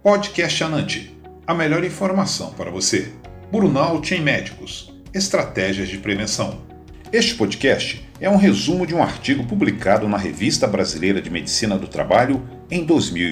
Podcast Anante, a melhor informação para você. Burnout em médicos, estratégias de prevenção. Este podcast é um resumo de um artigo publicado na Revista Brasileira de Medicina do Trabalho em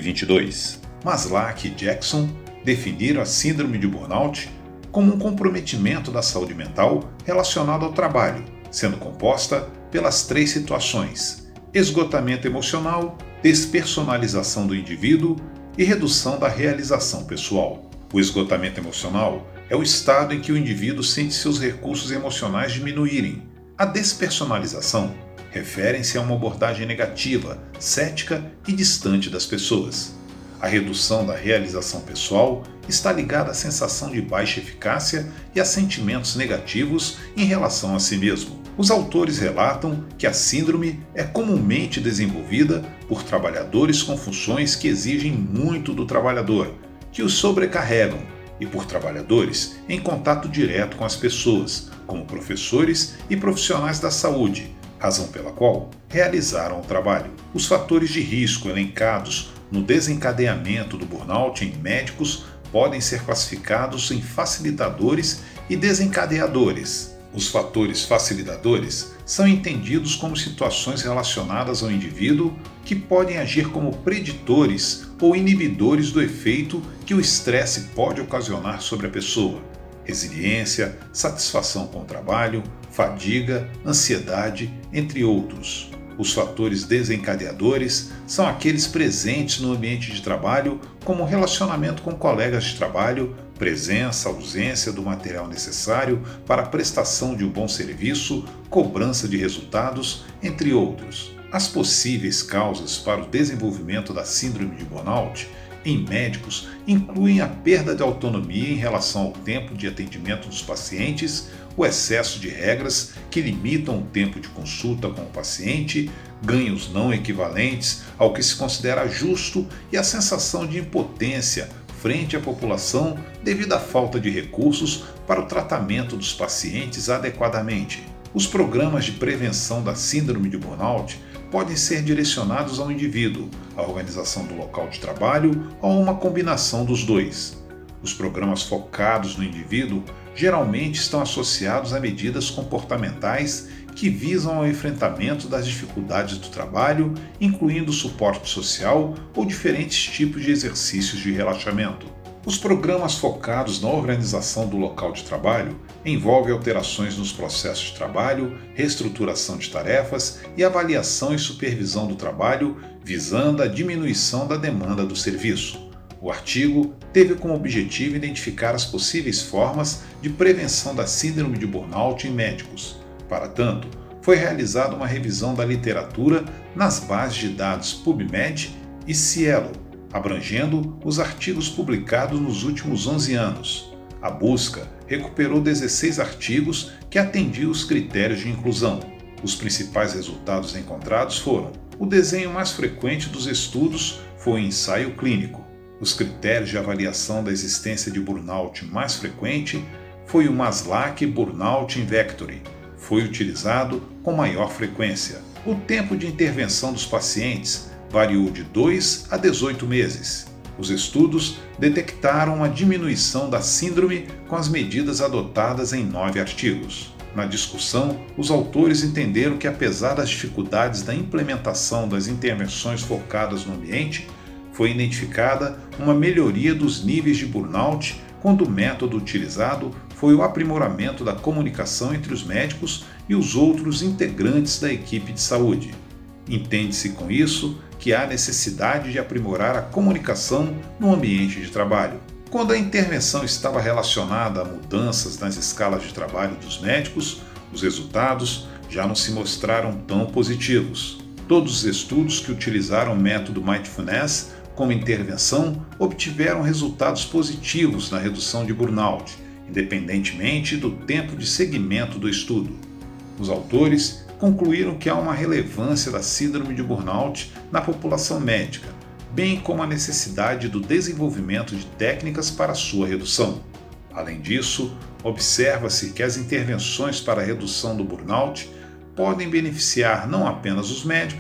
2022. Maslach e Jackson definiram a síndrome de burnout como um comprometimento da saúde mental relacionado ao trabalho, sendo composta pelas três situações: esgotamento emocional, despersonalização do indivíduo e redução da realização pessoal. O esgotamento emocional é o estado em que o indivíduo sente seus recursos emocionais diminuírem. A despersonalização refere-se a uma abordagem negativa, cética e distante das pessoas. A redução da realização pessoal está ligada à sensação de baixa eficácia e a sentimentos negativos em relação a si mesmo. Os autores relatam que a síndrome é comumente desenvolvida por trabalhadores com funções que exigem muito do trabalhador, que os sobrecarregam, e por trabalhadores em contato direto com as pessoas, como professores e profissionais da saúde, razão pela qual realizaram o trabalho. Os fatores de risco elencados no desencadeamento do burnout em médicos podem ser classificados em facilitadores e desencadeadores. Os fatores facilitadores são entendidos como situações relacionadas ao indivíduo que podem agir como preditores ou inibidores do efeito que o estresse pode ocasionar sobre a pessoa: resiliência, satisfação com o trabalho, fadiga, ansiedade, entre outros. Os fatores desencadeadores são aqueles presentes no ambiente de trabalho, como relacionamento com colegas de trabalho, presença, ausência do material necessário para a prestação de um bom serviço, cobrança de resultados, entre outros. As possíveis causas para o desenvolvimento da síndrome de burnout em médicos incluem a perda de autonomia em relação ao tempo de atendimento dos pacientes, o excesso de regras que limitam o tempo de consulta com o paciente, ganhos não equivalentes ao que se considera justo e a sensação de impotência frente à população devido à falta de recursos para o tratamento dos pacientes adequadamente. Os programas de prevenção da síndrome de burnout podem ser direcionados ao indivíduo, à organização do local de trabalho ou a uma combinação dos dois. Os programas focados no indivíduo geralmente estão associados a medidas comportamentais que visam ao enfrentamento das dificuldades do trabalho, incluindo suporte social ou diferentes tipos de exercícios de relaxamento. Os programas focados na organização do local de trabalho envolvem alterações nos processos de trabalho, reestruturação de tarefas e avaliação e supervisão do trabalho, visando a diminuição da demanda do serviço. O artigo teve como objetivo identificar as possíveis formas de prevenção da síndrome de burnout em médicos. Para tanto, foi realizada uma revisão da literatura nas bases de dados PubMed e Cielo, abrangendo os artigos publicados nos últimos 11 anos. A busca recuperou 16 artigos que atendiam os critérios de inclusão. Os principais resultados encontrados foram: o desenho mais frequente dos estudos foi o ensaio clínico. Os critérios de avaliação da existência de burnout mais frequente foi o Maslach Burnout Inventory, foi utilizado com maior frequência. O tempo de intervenção dos pacientes variou de 2 a 18 meses. Os estudos detectaram uma diminuição da síndrome com as medidas adotadas em 9 artigos. Na discussão, os autores entenderam que, apesar das dificuldades da implementação das intervenções focadas no ambiente, foi identificada uma melhoria dos níveis de burnout quando o método utilizado foi o aprimoramento da comunicação entre os médicos e os outros integrantes da equipe de saúde. Entende-se com isso que há necessidade de aprimorar a comunicação no ambiente de trabalho. Quando a intervenção estava relacionada a mudanças nas escalas de trabalho dos médicos, os resultados já não se mostraram tão positivos. Todos os estudos que utilizaram o método Mindfulness como intervenção obtiveram resultados positivos na redução de burnout, independentemente do tempo de seguimento do estudo. Os autores concluíram que há uma relevância da síndrome de burnout na população médica, bem como a necessidade do desenvolvimento de técnicas para sua redução. Além disso, observa-se que as intervenções para a redução do burnout podem beneficiar não apenas os médicos,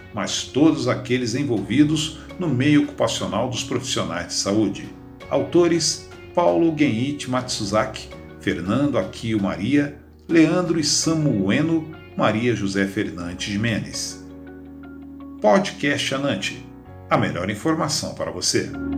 mas todos aqueles envolvidos no meio ocupacional dos profissionais de saúde. Autores: Paulo Genichi Matsuzaki, Fernando Akio Maria, Leandro Isamu Ueno, Maria José Fernandes Mendes. Podcast Anante, a melhor informação para você.